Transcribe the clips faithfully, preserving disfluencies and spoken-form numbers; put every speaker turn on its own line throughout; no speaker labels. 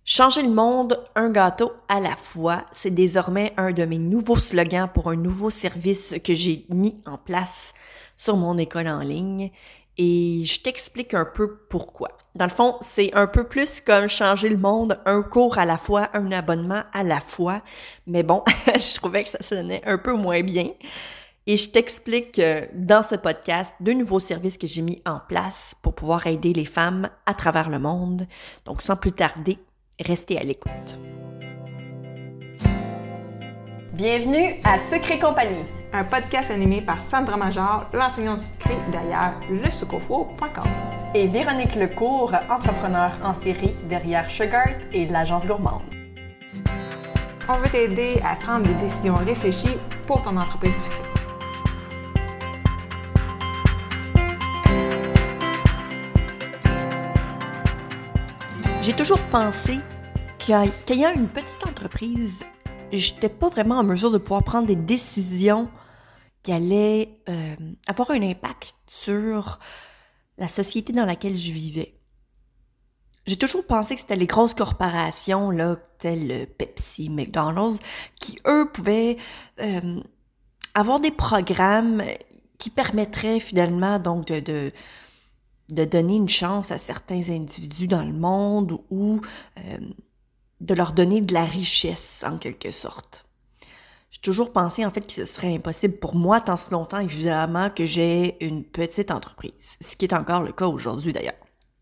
Changer le monde, un gâteau à la fois, c'est désormais un de mes nouveaux slogans pour un nouveau service que j'ai mis en place sur mon école en ligne et je t'explique un peu pourquoi. Dans le fond, c'est un peu plus comme changer le monde, un cours à la fois, un abonnement à la fois, mais bon, je trouvais que ça sonnait un peu moins bien. Et je t'explique euh, dans ce podcast deux nouveaux services que j'ai mis en place pour pouvoir aider les femmes à travers le monde. Donc sans plus tarder, restez à l'écoute. Bienvenue à Secret Compagnie,
un podcast animé par Sandra Major, l'enseignante du secret derrière le sucrofo point com.
Et Véronique Lecourt, entrepreneur en série derrière Sugart et l'agence gourmande.
On veut t'aider à prendre des décisions réfléchies pour ton entreprise sucrée.
J'ai toujours pensé qu'ayant une petite entreprise, j'étais pas vraiment en mesure de pouvoir prendre des décisions qui allaient euh, avoir un impact sur la société dans laquelle je vivais. J'ai toujours pensé que c'était les grosses corporations, là, telles Pepsi, McDonald's, qui, eux, pouvaient euh, avoir des programmes qui permettraient finalement donc de... de de donner une chance à certains individus dans le monde ou euh, de leur donner de la richesse, en quelque sorte. J'ai toujours pensé, en fait, que ce serait impossible pour moi, tant si longtemps, évidemment, que j'ai une petite entreprise, ce qui est encore le cas aujourd'hui, d'ailleurs.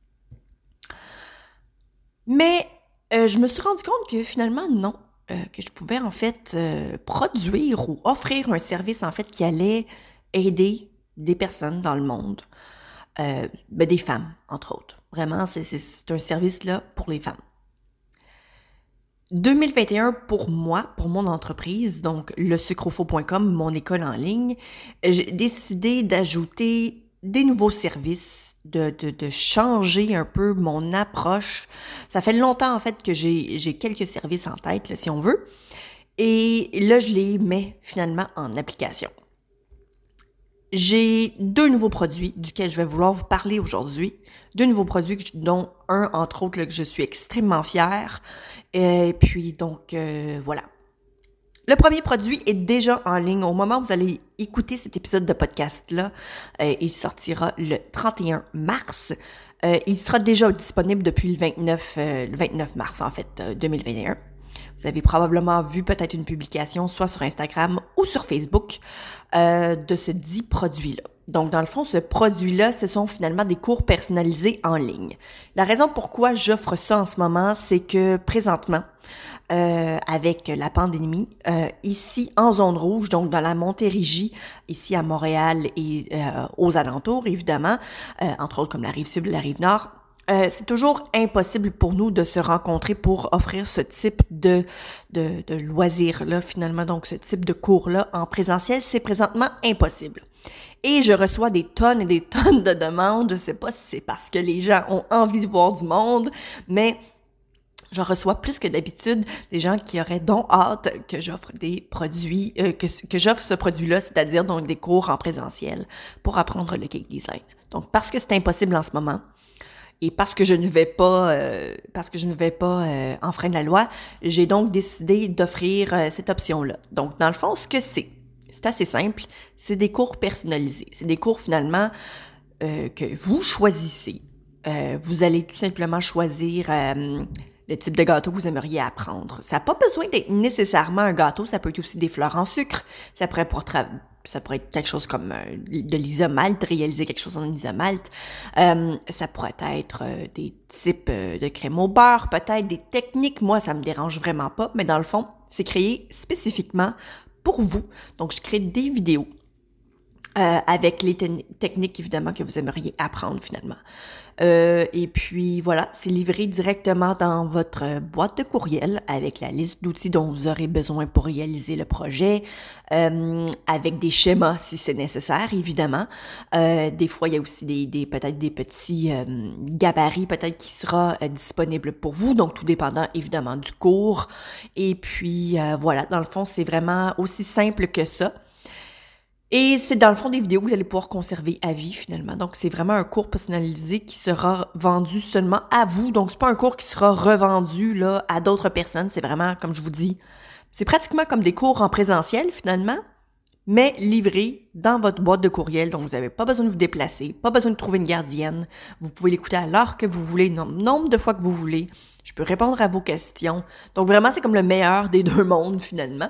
Mais euh, je me suis rendu compte que finalement, non, euh, que je pouvais, en fait, euh, produire ou offrir un service, en fait, qui allait aider des personnes dans le monde. Euh, ben des femmes, entre autres. Vraiment, c'est, c'est, c'est un service là pour les femmes. deux mille vingt et un, pour moi, pour mon entreprise, donc le sucrofo point com, mon école en ligne, j'ai décidé d'ajouter des nouveaux services, de, de, de changer un peu mon approche. Ça fait longtemps, en fait, que j'ai, j'ai quelques services en tête, là, si on veut. Et là, je les mets finalement en application. J'ai deux nouveaux produits duquel je vais vouloir vous parler aujourd'hui. Deux nouveaux produits dont un, entre autres, là, que je suis extrêmement fière. Et puis, donc, euh, voilà. Le premier produit est déjà en ligne. Au moment où vous allez écouter cet épisode de podcast-là, euh, il sortira le trente et un mars. Euh, il sera déjà disponible depuis le vingt-neuf, euh, le vingt-neuf mars, en fait, euh, deux mille vingt et un. Vous avez probablement vu peut-être une publication, soit sur Instagram ou sur Facebook, euh, de ce dit produit-là. Donc, dans le fond, ce produit-là, ce sont finalement des cours personnalisés en ligne. La raison pourquoi j'offre ça en ce moment, c'est que présentement, euh, avec la pandémie, euh, ici en zone rouge, donc dans la Montérégie, ici à Montréal et euh, aux alentours, évidemment, euh, entre autres comme la Rive-Sud et la Rive-Nord, Euh, c'est toujours impossible pour nous de se rencontrer pour offrir ce type de, de, de loisirs-là, finalement, donc ce type de cours-là en présentiel, c'est présentement impossible. Et je reçois des tonnes et des tonnes de demandes, je sais pas si c'est parce que les gens ont envie de voir du monde, mais je reçois plus que d'habitude des gens qui auraient donc hâte que j'offre des produits, euh, que, que j'offre ce produit-là, c'est-à-dire donc des cours en présentiel pour apprendre le cake design. Donc, parce que c'est impossible en ce moment, et parce que je ne vais pas, euh, parce que je ne vais pas euh, enfreindre la loi, j'ai donc décidé d'offrir euh, cette option-là. Donc, dans le fond, ce que c'est, c'est assez simple, c'est des cours personnalisés. C'est des cours finalement euh, que vous choisissez. Euh, vous allez tout simplement choisir euh, le type de gâteau que vous aimeriez apprendre. Ça n'a pas besoin d'être nécessairement un gâteau, ça peut être aussi des fleurs en sucre, ça pourrait pour tra- ça pourrait être quelque chose comme euh, de l'isomalte, réaliser quelque chose en isomalte. Euh, ça pourrait être euh, des types euh, de crème au beurre, peut-être des techniques. Moi, ça me dérange vraiment pas, mais dans le fond, c'est créé spécifiquement pour vous. Donc, je crée des vidéos euh, avec les te- techniques, évidemment, que vous aimeriez apprendre finalement. Euh, et puis voilà, c'est livré directement dans votre boîte de courriel avec la liste d'outils dont vous aurez besoin pour réaliser le projet, euh, avec des schémas si c'est nécessaire, évidemment. Euh, des fois, il y a aussi des, des peut-être des petits euh, gabarits peut-être qui sera euh, disponible pour vous, donc tout dépendant évidemment du cours. Et puis euh, voilà, dans le fond, c'est vraiment aussi simple que ça. Et c'est dans le fond des vidéos que vous allez pouvoir conserver à vie finalement. Donc c'est vraiment un cours personnalisé qui sera vendu seulement à vous. Donc c'est pas un cours qui sera revendu là à d'autres personnes. C'est vraiment, comme je vous dis, c'est pratiquement comme des cours en présentiel finalement, mais livrés dans votre boîte de courriel. Donc vous n'avez pas besoin de vous déplacer, pas besoin de trouver une gardienne. Vous pouvez l'écouter à l'heure que vous voulez, le nombre de fois que vous voulez. Je peux répondre à vos questions. Donc vraiment, c'est comme le meilleur des deux mondes finalement.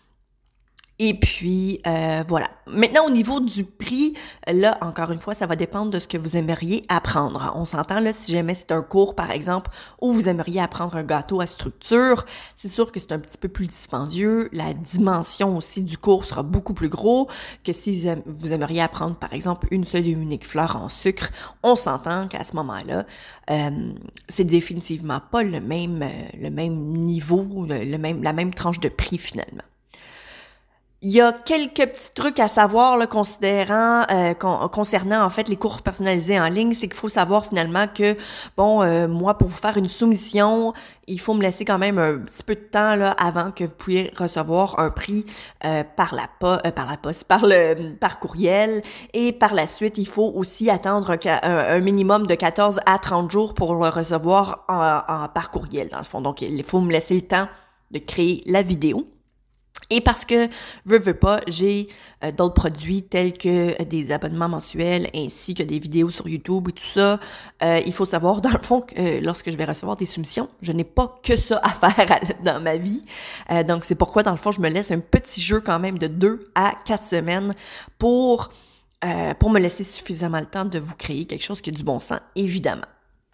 Et puis, euh, voilà. Maintenant, au niveau du prix, là, encore une fois, ça va dépendre de ce que vous aimeriez apprendre. On s'entend, là, si jamais c'est un cours, par exemple, où vous aimeriez apprendre un gâteau à structure, c'est sûr que c'est un petit peu plus dispendieux. La dimension aussi du cours sera beaucoup plus gros que si vous aimeriez apprendre, par exemple, une seule et unique fleur en sucre. On s'entend qu'à ce moment-là, euh, c'est définitivement pas le même, le même niveau, le même, la même tranche de prix, finalement. Il y a quelques petits trucs à savoir là, considérant, euh, con, concernant en fait les cours personnalisés en ligne, c'est qu'il faut savoir finalement que, bon, euh, moi, pour vous faire une soumission, il faut me laisser quand même un petit peu de temps là avant que vous puissiez recevoir un prix euh, par la po- euh, par la poste, par le par courriel, et par la suite, il faut aussi attendre un, un minimum de quatorze à trente jours pour le recevoir en, en, par courriel, dans le fond. Donc, il faut me laisser le temps de créer la vidéo. Et parce que, veux, veux pas, j'ai euh, d'autres produits tels que euh, des abonnements mensuels ainsi que des vidéos sur YouTube et tout ça. Euh, il faut savoir, dans le fond, que euh, lorsque je vais recevoir des soumissions, je n'ai pas que ça à faire à, dans ma vie. Euh, donc, c'est pourquoi, dans le fond, je me laisse un petit jeu quand même de deux à quatre semaines pour, euh, pour me laisser suffisamment le temps de vous créer quelque chose qui a du bon sens, évidemment.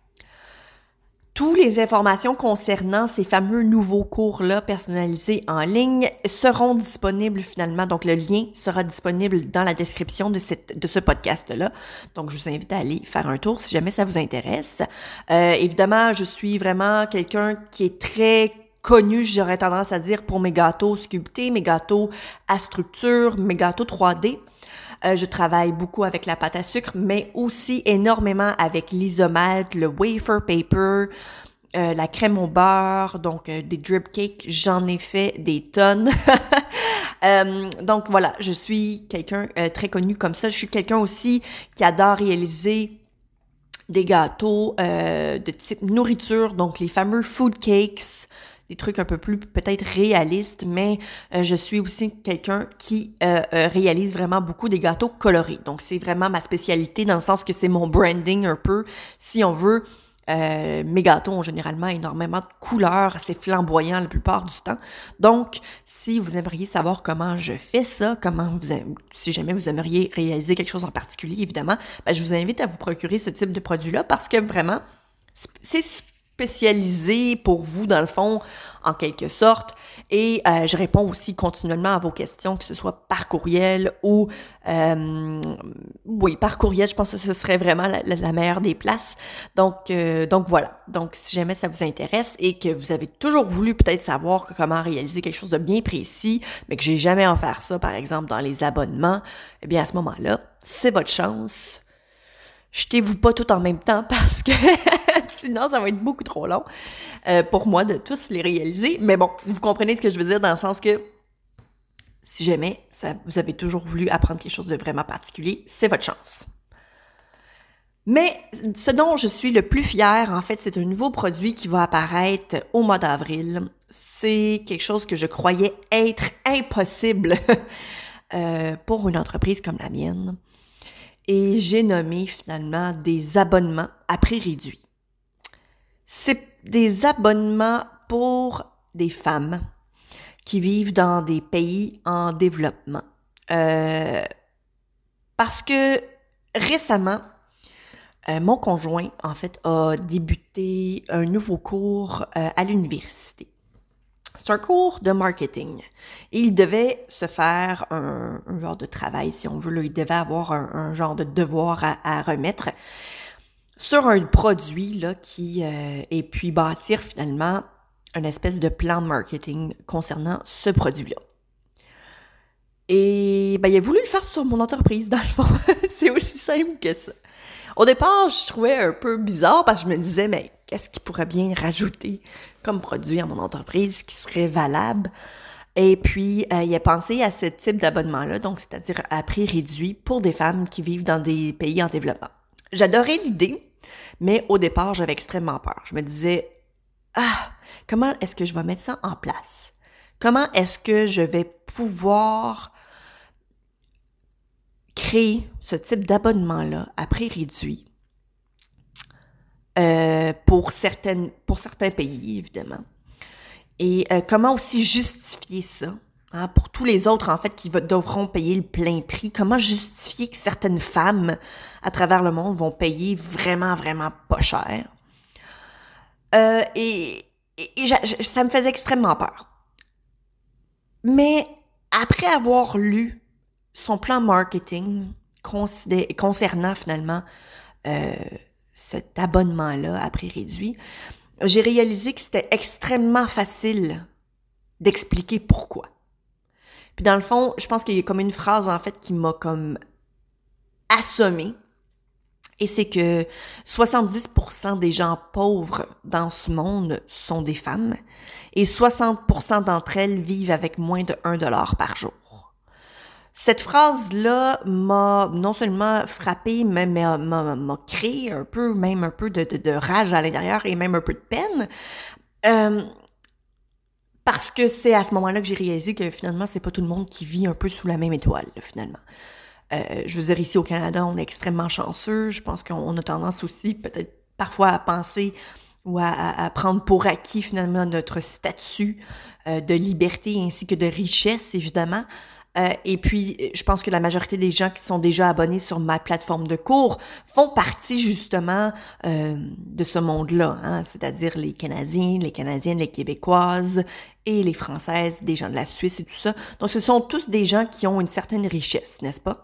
Toutes les informations concernant ces fameux nouveaux cours-là personnalisés en ligne seront disponibles finalement. Donc, le lien sera disponible dans la description de, cette, de ce podcast-là. Donc, je vous invite à aller faire un tour si jamais ça vous intéresse. Euh, évidemment, je suis vraiment quelqu'un qui est très connu, j'aurais tendance à dire, pour mes gâteaux sculptés, mes gâteaux à structure, mes gâteaux trois D. Euh, je travaille beaucoup avec la pâte à sucre, mais aussi énormément avec l'isomate, le wafer paper, euh, la crème au beurre, donc euh, des drip cakes, j'en ai fait des tonnes. euh, donc voilà, je suis quelqu'un euh, très connu comme ça. Je suis quelqu'un aussi qui adore réaliser des gâteaux euh, de type nourriture, donc les fameux food cakes, des trucs un peu plus peut-être réalistes, mais euh, je suis aussi quelqu'un qui euh, euh, réalise vraiment beaucoup des gâteaux colorés. Donc, c'est vraiment ma spécialité dans le sens que c'est mon branding un peu, si on veut. Euh, mes gâteaux ont généralement énormément de couleurs, assez flamboyants la plupart du temps. Donc, si vous aimeriez savoir comment je fais ça, comment vous, si jamais vous aimeriez réaliser quelque chose en particulier, évidemment, ben, je vous invite à vous procurer ce type de produit-là parce que vraiment, c'est spécialisé pour vous, dans le fond, en quelque sorte. Et euh, je réponds aussi continuellement à vos questions, que ce soit par courriel ou... Euh, oui, par courriel, je pense que ce serait vraiment la, la, la meilleure des places. Donc, euh, donc voilà. Donc, si jamais ça vous intéresse et que vous avez toujours voulu peut-être savoir comment réaliser quelque chose de bien précis, mais que j'ai jamais à faire ça, par exemple, dans les abonnements, eh bien, à ce moment-là, c'est votre chance. Jetez-vous pas tout en même temps parce que sinon, ça va être beaucoup trop long euh, pour moi de tous les réaliser. Mais bon, vous comprenez ce que je veux dire dans le sens que si jamais ça, vous avez toujours voulu apprendre quelque chose de vraiment particulier, c'est votre chance. Mais ce dont je suis le plus fière, en fait, c'est un nouveau produit qui va apparaître au mois d'avril. C'est quelque chose que je croyais être impossible euh, pour une entreprise comme la mienne. Et j'ai nommé finalement des abonnements à prix réduit. C'est des abonnements pour des femmes qui vivent dans des pays en développement. Euh, parce que récemment, euh, mon conjoint, en fait, a débuté un nouveau cours euh, à l'université. C'est un cours de marketing. Et il devait se faire un, un genre de travail, si on veut. Là, il devait avoir un, un genre de devoir à, à remettre sur un produit là qui euh, et puis bâtir finalement une espèce de plan de marketing concernant ce produit-là. Et ben il a voulu le faire sur mon entreprise, dans le fond. C'est aussi simple que ça. Au départ, je trouvais un peu bizarre parce que je me disais, mais qu'est-ce qu'il pourrait bien rajouter comme produit à mon entreprise qui serait valable? Et puis, euh, il a pensé à ce type d'abonnement-là, donc c'est-à-dire à prix réduit pour des femmes qui vivent dans des pays en développement. J'adorais l'idée, mais au départ, j'avais extrêmement peur. Je me disais, ah, comment est-ce que je vais mettre ça en place? Comment est-ce que je vais pouvoir créer ce type d'abonnement-là à prix réduit euh, pour, certaines, pour certains pays, évidemment? Et euh, comment aussi justifier ça? Hein, pour tous les autres, en fait, qui va, devront payer le plein prix, comment justifier que certaines femmes à travers le monde vont payer vraiment, vraiment pas cher? Euh, et et, et je, ça me faisait extrêmement peur. Mais après avoir lu son plan marketing concernant finalement euh, cet abonnement-là à prix réduit, j'ai réalisé que c'était extrêmement facile d'expliquer pourquoi. Puis dans le fond, je pense qu'il y a comme une phrase en fait qui m'a comme assommée, et c'est que soixante-dix pour cent des gens pauvres dans ce monde sont des femmes et soixante pour cent d'entre elles vivent avec moins de un dollar par jour. Cette phrase-là m'a non seulement frappée, mais m'a, m'a, m'a créé un peu, même un peu de, de, de rage à l'intérieur et même un peu de peine. Euh, parce que c'est à ce moment-là que j'ai réalisé que finalement, c'est pas tout le monde qui vit un peu sous la même étoile, là, finalement. Euh, je veux dire, ici au Canada, on est extrêmement chanceux. Je pense qu'on a tendance aussi, peut-être parfois, à penser ou à, à prendre pour acquis, finalement, notre statut euh, de liberté ainsi que de richesse, évidemment. Euh, et puis, je pense que la majorité des gens qui sont déjà abonnés sur ma plateforme de cours font partie, justement, euh, de ce monde-là, hein, c'est-à-dire les Canadiens, les Canadiennes, les Québécoises et les Françaises, des gens de la Suisse et tout ça. Donc, ce sont tous des gens qui ont une certaine richesse, n'est-ce pas?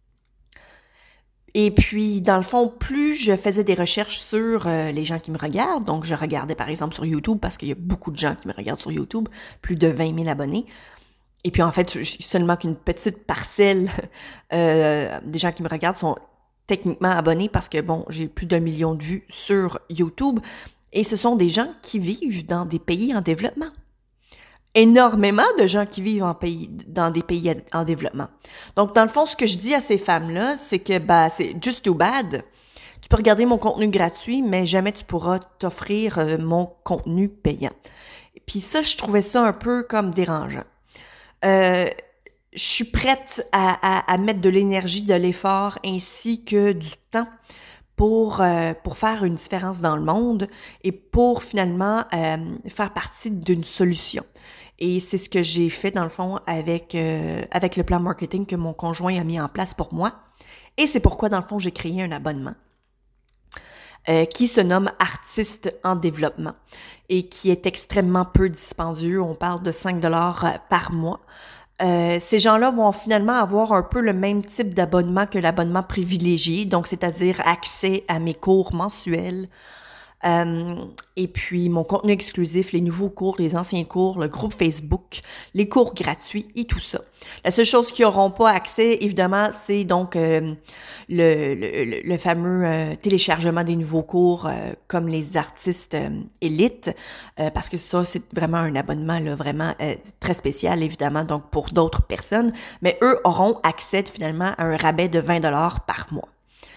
Et puis, dans le fond, plus je faisais des recherches sur euh, les gens qui me regardent, donc je regardais par exemple sur YouTube, parce qu'il y a beaucoup de gens qui me regardent sur YouTube, plus de vingt mille abonnés. Et puis en fait, seulement qu'une petite parcelle euh, des gens qui me regardent sont techniquement abonnés parce que, bon, j'ai plus d'un million de vues sur YouTube. Et ce sont des gens qui vivent dans des pays en développement. Énormément de gens qui vivent en pays, dans des pays en développement. Donc, dans le fond, ce que je dis à ces femmes-là, c'est que, bah, c'est just too bad. Tu peux regarder mon contenu gratuit, mais jamais tu pourras t'offrir euh, mon contenu payant. Puis ça, je trouvais ça un peu comme dérangeant. Euh, je suis prête à, à, à mettre de l'énergie, de l'effort, ainsi que du temps pour, euh, pour faire une différence dans le monde et pour finalement euh, faire partie d'une solution. Et c'est ce que j'ai fait dans le fond avec, euh, avec le plan marketing que mon conjoint a mis en place pour moi. Et c'est pourquoi dans le fond j'ai créé un abonnement euh, qui se nomme Artistes en développement et qui est extrêmement peu dispendieux. On parle de cinq dollars par mois. Euh, ces gens-là vont finalement avoir un peu le même type d'abonnement que l'abonnement privilégié, donc c'est-à-dire accès à mes cours mensuels, euh, et puis mon contenu exclusif, les nouveaux cours, les anciens cours, le groupe Facebook, les cours gratuits et tout ça. La seule chose qui n'auront pas accès, évidemment, c'est donc euh, le, le, le fameux euh, téléchargement des nouveaux cours euh, comme les artistes euh, élites, euh, parce que ça, c'est vraiment un abonnement là, vraiment euh, très spécial, évidemment, donc pour d'autres personnes, mais eux auront accès finalement à un rabais de vingt dollars par mois.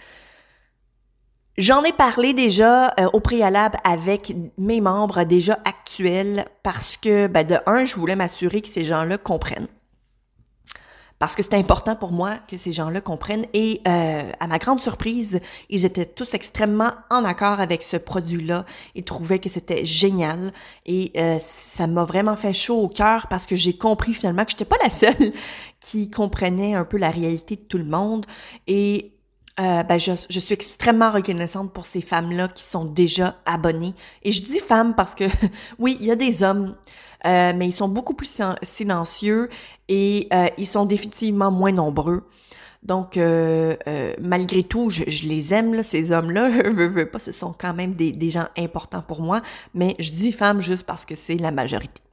J'en ai parlé déjà euh, au préalable avec mes membres déjà actuels parce que, ben, de un, je voulais m'assurer que ces gens-là comprennent. Parce que c'est important pour moi que ces gens-là comprennent. Et euh, à ma grande surprise, ils étaient tous extrêmement en accord avec ce produit-là. Ils trouvaient que c'était génial. Et euh, ça m'a vraiment fait chaud au cœur parce que j'ai compris finalement que j'étais pas la seule qui comprenait un peu la réalité de tout le monde. Et Euh, ben je, je suis extrêmement reconnaissante pour ces femmes-là qui sont déjà abonnées. Et je dis femmes parce que, oui, il y a des hommes, euh, mais ils sont beaucoup plus silencieux et euh, ils sont définitivement moins nombreux. Donc, euh, euh, malgré tout, je, je les aime, là, ces hommes-là. veux, veux pas, ce sont quand même des, des gens importants pour moi. Mais je dis femmes juste parce que c'est la majorité.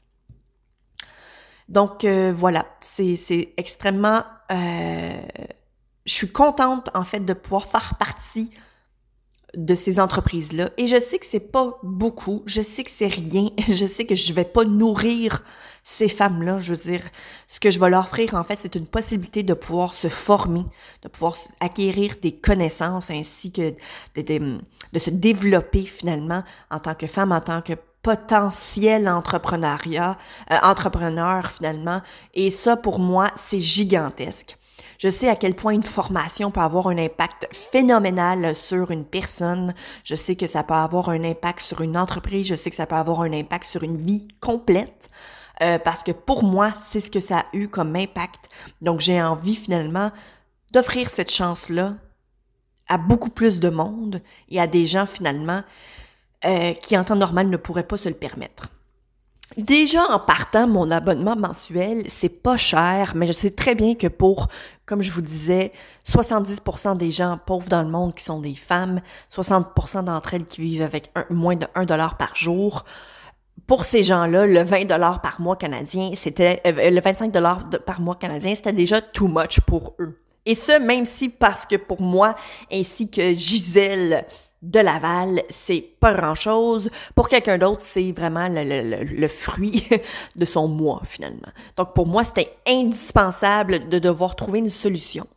Donc, euh, voilà, c'est, c'est extrêmement... Euh, Je suis contente, en fait, de pouvoir faire partie de ces entreprises-là. Et je sais que c'est pas beaucoup, je sais que c'est rien, je sais que je vais pas nourrir ces femmes-là. Je veux dire, ce que je vais leur offrir, en fait, c'est une possibilité de pouvoir se former, de pouvoir acquérir des connaissances ainsi que de, de, de se développer finalement en tant que femme, en tant que potentiel entrepreneuriat, euh, entrepreneur finalement. Et ça, pour moi, c'est gigantesque. Je sais à quel point une formation peut avoir un impact phénoménal sur une personne. Je sais que ça peut avoir un impact sur une entreprise. Je sais que ça peut avoir un impact sur une vie complète. Euh, parce que pour moi, c'est ce que ça a eu comme impact. Donc, j'ai envie finalement d'offrir cette chance-là à beaucoup plus de monde et à des gens finalement euh, qui en temps normal ne pourraient pas se le permettre. Déjà, en partant, mon abonnement mensuel, c'est pas cher, mais je sais très bien que pour, comme je vous disais, soixante-dix pour cent des gens pauvres dans le monde qui sont des femmes, soixante pour cent d'entre elles qui vivent avec un, moins de un dollar par jour, pour ces gens-là, le vingt dollars par mois canadien, c'était, euh, le vingt-cinq dollars par mois canadien, c'était déjà too much pour eux. Et ce, même si, parce que pour moi, ainsi que Gisèle de Laval, c'est pas grand-chose. Pour quelqu'un d'autre, c'est vraiment le, le, le fruit de son mois, finalement. Donc, pour moi, c'était indispensable de devoir trouver une solution.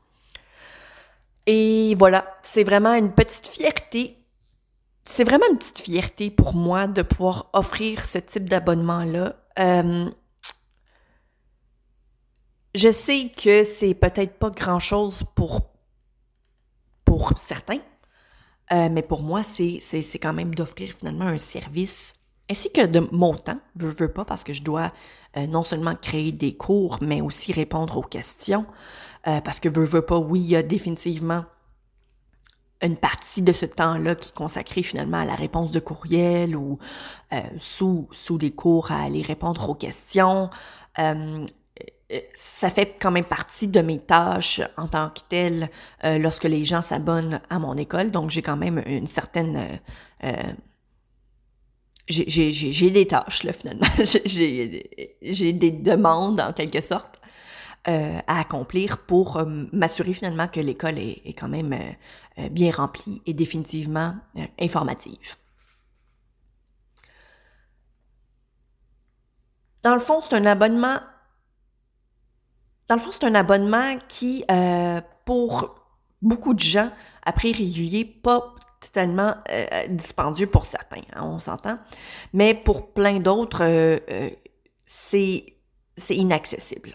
Et voilà, c'est vraiment une petite fierté. C'est vraiment une petite fierté pour moi de pouvoir offrir ce type d'abonnement-là. Euh, je sais que c'est peut-être pas grand-chose pour, pour certains, Euh, mais pour moi, c'est, c'est, c'est quand même d'offrir finalement un service, ainsi que de mon temps, veux, veux pas, parce que je dois euh, non seulement créer des cours, mais aussi répondre aux questions, euh, parce que veux, veux pas, oui, il y a définitivement une partie de ce temps-là qui est consacrée finalement à la réponse de courriel ou euh, sous, sous des cours à aller répondre aux questions. Euh, Ça fait quand même partie de mes tâches en tant que telle euh, lorsque les gens s'abonnent à mon école. Donc, j'ai quand même une certaine... Euh, euh, j'ai, j'ai, j'ai, j'ai des tâches, là, finalement. j'ai, j'ai des demandes, en quelque sorte, euh, à accomplir pour euh, m'assurer, finalement, que l'école est, est quand même euh, bien remplie et définitivement euh, informative. Dans le fond, c'est un abonnement... Dans le fond, c'est un abonnement qui, euh, pour beaucoup de gens, à prix régulier, pas totalement euh, dispendieux pour certains, hein, on s'entend, mais pour plein d'autres, euh, euh, c'est, c'est inaccessible.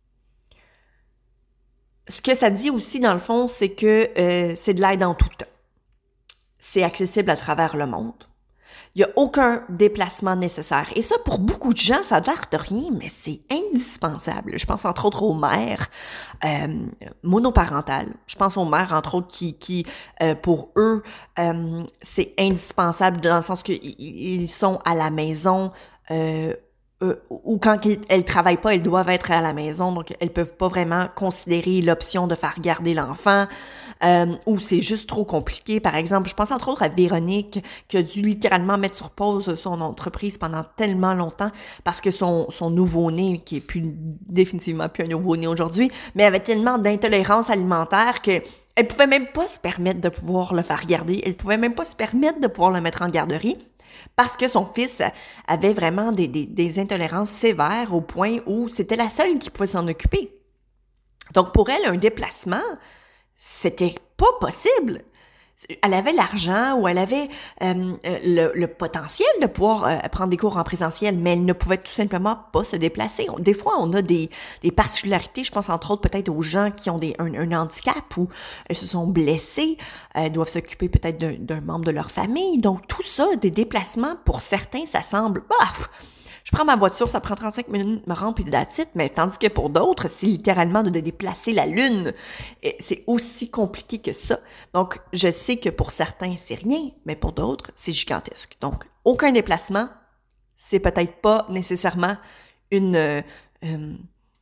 Ce que ça dit aussi, dans le fond, c'est que euh, c'est de l'aide en tout temps. C'est accessible à travers le monde. Il n'y a aucun déplacement nécessaire. Et ça, pour beaucoup de gens, ça a l'air de rien, mais c'est indispensable. Je pense entre autres aux mères euh, monoparentales. Je pense aux mères, entre autres, qui, qui euh, pour eux, euh, c'est indispensable dans le sens qu'ils sont à la maison euh, euh, ou quand elles ne travaillent pas, elles doivent être à la maison, donc elles peuvent pas vraiment considérer l'option de faire garder l'enfant. Euh, ou c'est juste trop compliqué. Par exemple, je pense entre autres à Véronique qui a dû littéralement mettre sur pause son entreprise pendant tellement longtemps parce que son, son nouveau-né, qui est plus définitivement plus un nouveau-né aujourd'hui, mais avait tellement d'intolérance alimentaire que elle pouvait même pas se permettre de pouvoir le faire garder. Elle pouvait même pas se permettre de pouvoir le mettre en garderie parce que son fils avait vraiment des, des, des intolérances sévères au point où c'était la seule qui pouvait s'en occuper. Donc pour elle, un déplacement, c'était pas possible. Elle avait l'argent ou elle avait euh, le, le potentiel de pouvoir euh, prendre des cours en présentiel, mais elle ne pouvait tout simplement pas se déplacer. Des fois, on a des, des particularités, je pense entre autres peut-être aux gens qui ont des, un, un handicap ou euh, se sont blessés, euh, doivent s'occuper peut-être d'un, d'un membre de leur famille. Donc tout ça, des déplacements, pour certains, ça semble... Bah, je prends ma voiture, ça prend trente-cinq minutes de me rendre, puis that's it, mais tandis que pour d'autres, c'est littéralement de déplacer la Lune. Et c'est aussi compliqué que ça. Donc, je sais que pour certains, c'est rien, mais pour d'autres, c'est gigantesque. Donc, aucun déplacement, c'est peut-être pas nécessairement une, euh, euh,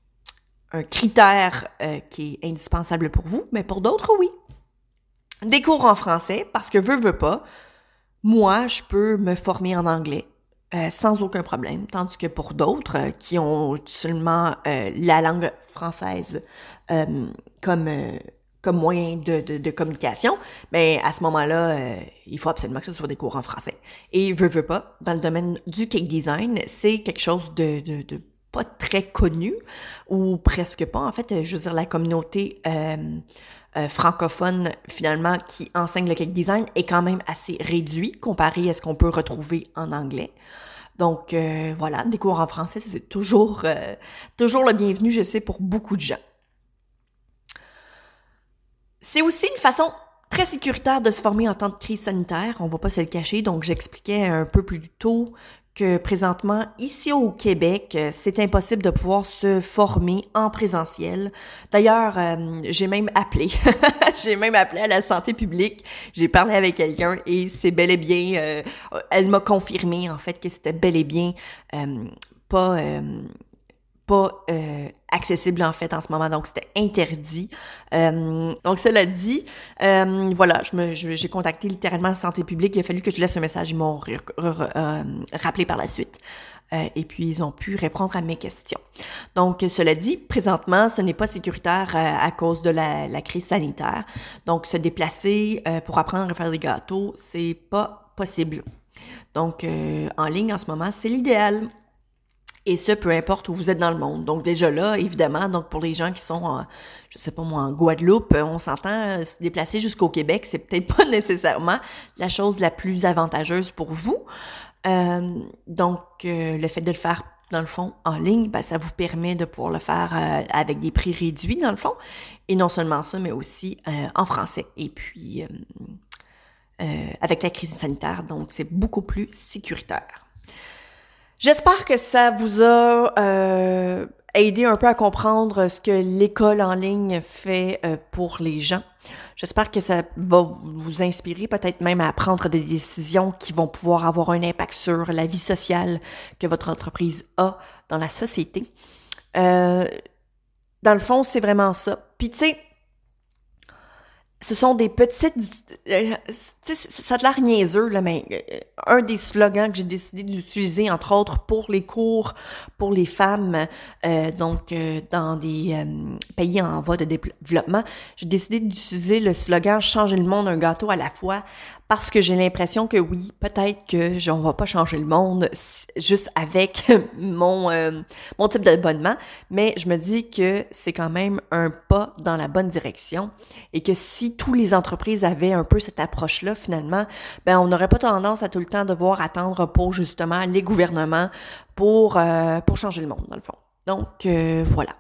un critère euh, qui est indispensable pour vous, mais pour d'autres, oui. Des cours en français, parce que veux, veux pas, moi, je peux me former en anglais. Euh, sans aucun problème, tandis que pour d'autres euh, qui ont seulement euh, la langue française euh, comme, euh, comme moyen de, de, de communication, mais à ce moment-là, euh, il faut absolument que ce soit des cours en français. Et veux, veux pas, dans le domaine du cake design, c'est quelque chose de, de, de pas très connu, ou presque pas. En fait, je veux dire, la communauté euh, euh, francophone, finalement, qui enseigne le cake design est quand même assez réduite comparé à ce qu'on peut retrouver en anglais. Donc, euh, voilà, des cours en français, c'est toujours, euh, toujours le bienvenu, je sais, pour beaucoup de gens. C'est aussi une façon très sécuritaire de se former en temps de crise sanitaire, on va pas se le cacher, donc j'expliquais un peu plus tôt que présentement, ici au Québec, c'est impossible de pouvoir se former en présentiel. D'ailleurs, euh, j'ai même appelé, j'ai même appelé à la santé publique, j'ai parlé avec quelqu'un et c'est bel et bien, euh, elle m'a confirmé en fait que c'était bel et bien euh, pas... Euh, pas euh, accessible en fait en ce moment, donc c'était interdit. Euh, donc cela dit, euh, voilà, je me, je, j'ai contacté littéralement la santé publique, il a fallu que je laisse un message, ils m'ont re, re, euh, rappelé par la suite. Euh, et puis ils ont pu répondre à mes questions. Donc cela dit, présentement, ce n'est pas sécuritaire à, à cause de la, la crise sanitaire. Donc se déplacer euh, pour apprendre à faire des gâteaux, c'est pas possible. Donc euh, en ligne en ce moment, c'est l'idéal. Et ce, peu importe où vous êtes dans le monde. Donc déjà là, évidemment, donc pour les gens qui sont, en, je sais pas moi, en Guadeloupe, on s'entend, se déplacer jusqu'au Québec, c'est peut-être pas nécessairement la chose la plus avantageuse pour vous. Euh, donc, euh, le fait de le faire, dans le fond, en ligne, ben, ça vous permet de pouvoir le faire euh, avec des prix réduits, dans le fond. Et non seulement ça, mais aussi euh, en français. Et puis, euh, euh, avec la crise sanitaire, donc c'est beaucoup plus sécuritaire. J'espère que ça vous a euh, aidé un peu à comprendre ce que l'école en ligne fait euh, pour les gens. J'espère que ça va vous inspirer, peut-être même à prendre des décisions qui vont pouvoir avoir un impact sur la vie sociale que votre entreprise a dans la société. Euh, dans le fond, c'est vraiment ça. Puis tu sais, ce sont des petites... Euh, ça a l'air niaiseux, là, mais euh, un des slogans que j'ai décidé d'utiliser, entre autres, pour les cours, pour les femmes, euh, donc euh, dans des euh, pays en voie de développement, j'ai décidé d'utiliser le slogan « Changer le monde un gâteau à la fois », parce que j'ai l'impression que oui, peut-être que on va pas changer le monde juste avec mon euh, mon type d'abonnement, mais je me dis que c'est quand même un pas dans la bonne direction et que si toutes les entreprises avaient un peu cette approche-là, finalement, ben on n'aurait pas tendance à tout le temps devoir attendre pour justement les gouvernements pour euh, pour changer le monde dans le fond. Donc euh, voilà.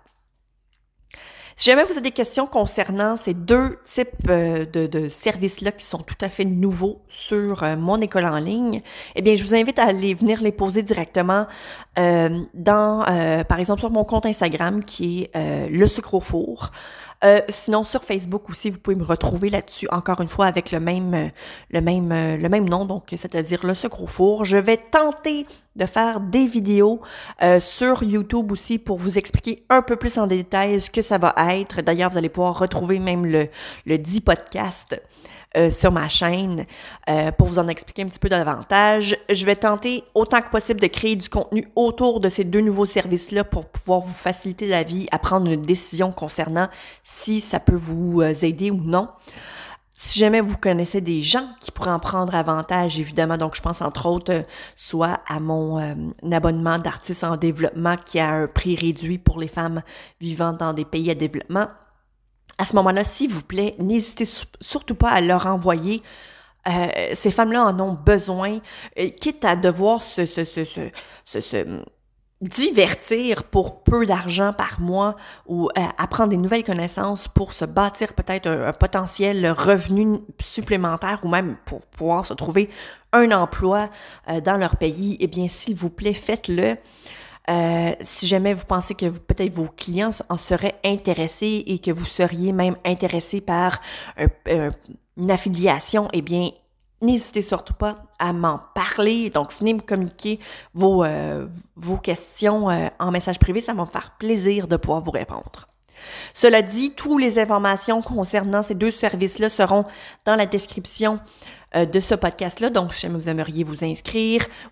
Si jamais vous avez des questions concernant ces deux types euh, de, de services-là qui sont tout à fait nouveaux sur euh, mon école en ligne, eh bien, je vous invite à aller venir les poser directement euh, dans, euh, par exemple, sur mon compte Instagram qui est euh, Le Sucre au Four. Euh, sinon, sur Facebook aussi, vous pouvez me retrouver là-dessus, encore une fois, avec le même, le même, le même nom, donc c'est-à-dire Le Sucre au Four. Je vais tenter de faire des vidéos euh, sur YouTube aussi pour vous expliquer un peu plus en détail ce que ça va être. D'ailleurs, vous allez pouvoir retrouver même le, le dit podcast euh, sur ma chaîne euh, pour vous en expliquer un petit peu davantage. Je vais tenter autant que possible de créer du contenu autour de ces deux nouveaux services-là pour pouvoir vous faciliter la vie à prendre une décision concernant si ça peut vous aider ou non. Si jamais vous connaissez des gens qui pourraient en prendre avantage, évidemment, donc je pense entre autres euh, soit à mon euh, abonnement d'artistes en développement qui a un prix réduit pour les femmes vivant dans des pays à développement. À ce moment-là, s'il vous plaît, n'hésitez surtout pas à leur envoyer. Euh, ces femmes-là en ont besoin, euh, quitte à devoir se, se, se, se, se, se divertir pour peu d'argent par mois ou euh, apprendre des nouvelles connaissances pour se bâtir peut-être un, un potentiel revenu supplémentaire ou même pour pouvoir se trouver un emploi euh, dans leur pays, eh bien, s'il vous plaît, faites-le. Euh, si jamais vous pensez que vous, peut-être vos clients en seraient intéressés et que vous seriez même intéressé par un, un, une affiliation, eh bien, n'hésitez surtout pas à m'en parler. Donc, venez me communiquer vos, euh, vos questions euh, en message privé. Ça va me faire plaisir de pouvoir vous répondre. Cela dit, toutes les informations concernant ces deux services-là seront dans la description euh, de ce podcast-là. Donc, si jamais vous aimeriez vous inscrire ou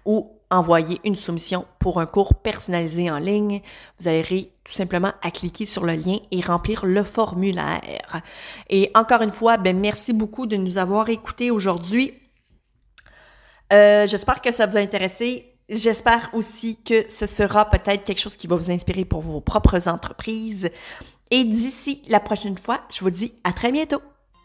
envoyer une soumission pour un cours personnalisé en ligne. Vous aurez tout simplement à cliquer sur le lien et remplir le formulaire. Et encore une fois, ben merci beaucoup de nous avoir écoutés aujourd'hui. Euh, j'espère que ça vous a intéressé. J'espère aussi que ce sera peut-être quelque chose qui va vous inspirer pour vos propres entreprises. Et d'ici la prochaine fois, je vous dis à très bientôt.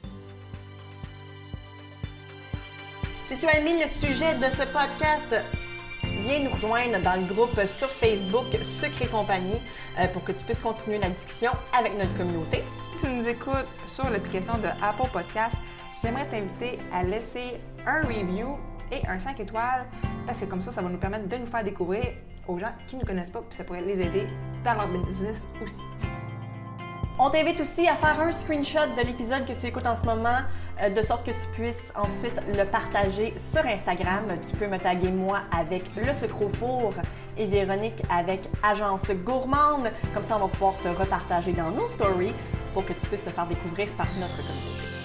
Si tu as aimé le sujet de ce podcast, viens nous rejoindre dans le groupe sur Facebook Sucre et compagnie euh, pour que tu puisses continuer la discussion avec notre communauté.
Si tu nous écoutes sur l'application de Apple Podcast, j'aimerais t'inviter à laisser un review et un cinq étoiles parce que comme ça, ça va nous permettre de nous faire découvrir aux gens qui ne nous connaissent pas puis ça pourrait les aider dans leur business aussi. On t'invite aussi à faire un screenshot de l'épisode que tu écoutes en ce moment, euh, de sorte que tu puisses ensuite le partager sur Instagram. Tu peux me taguer moi avec Le Sucre au Four et Véronique avec Agence Gourmande. Comme ça, on va pouvoir te repartager dans nos stories pour que tu puisses te faire découvrir par notre communauté.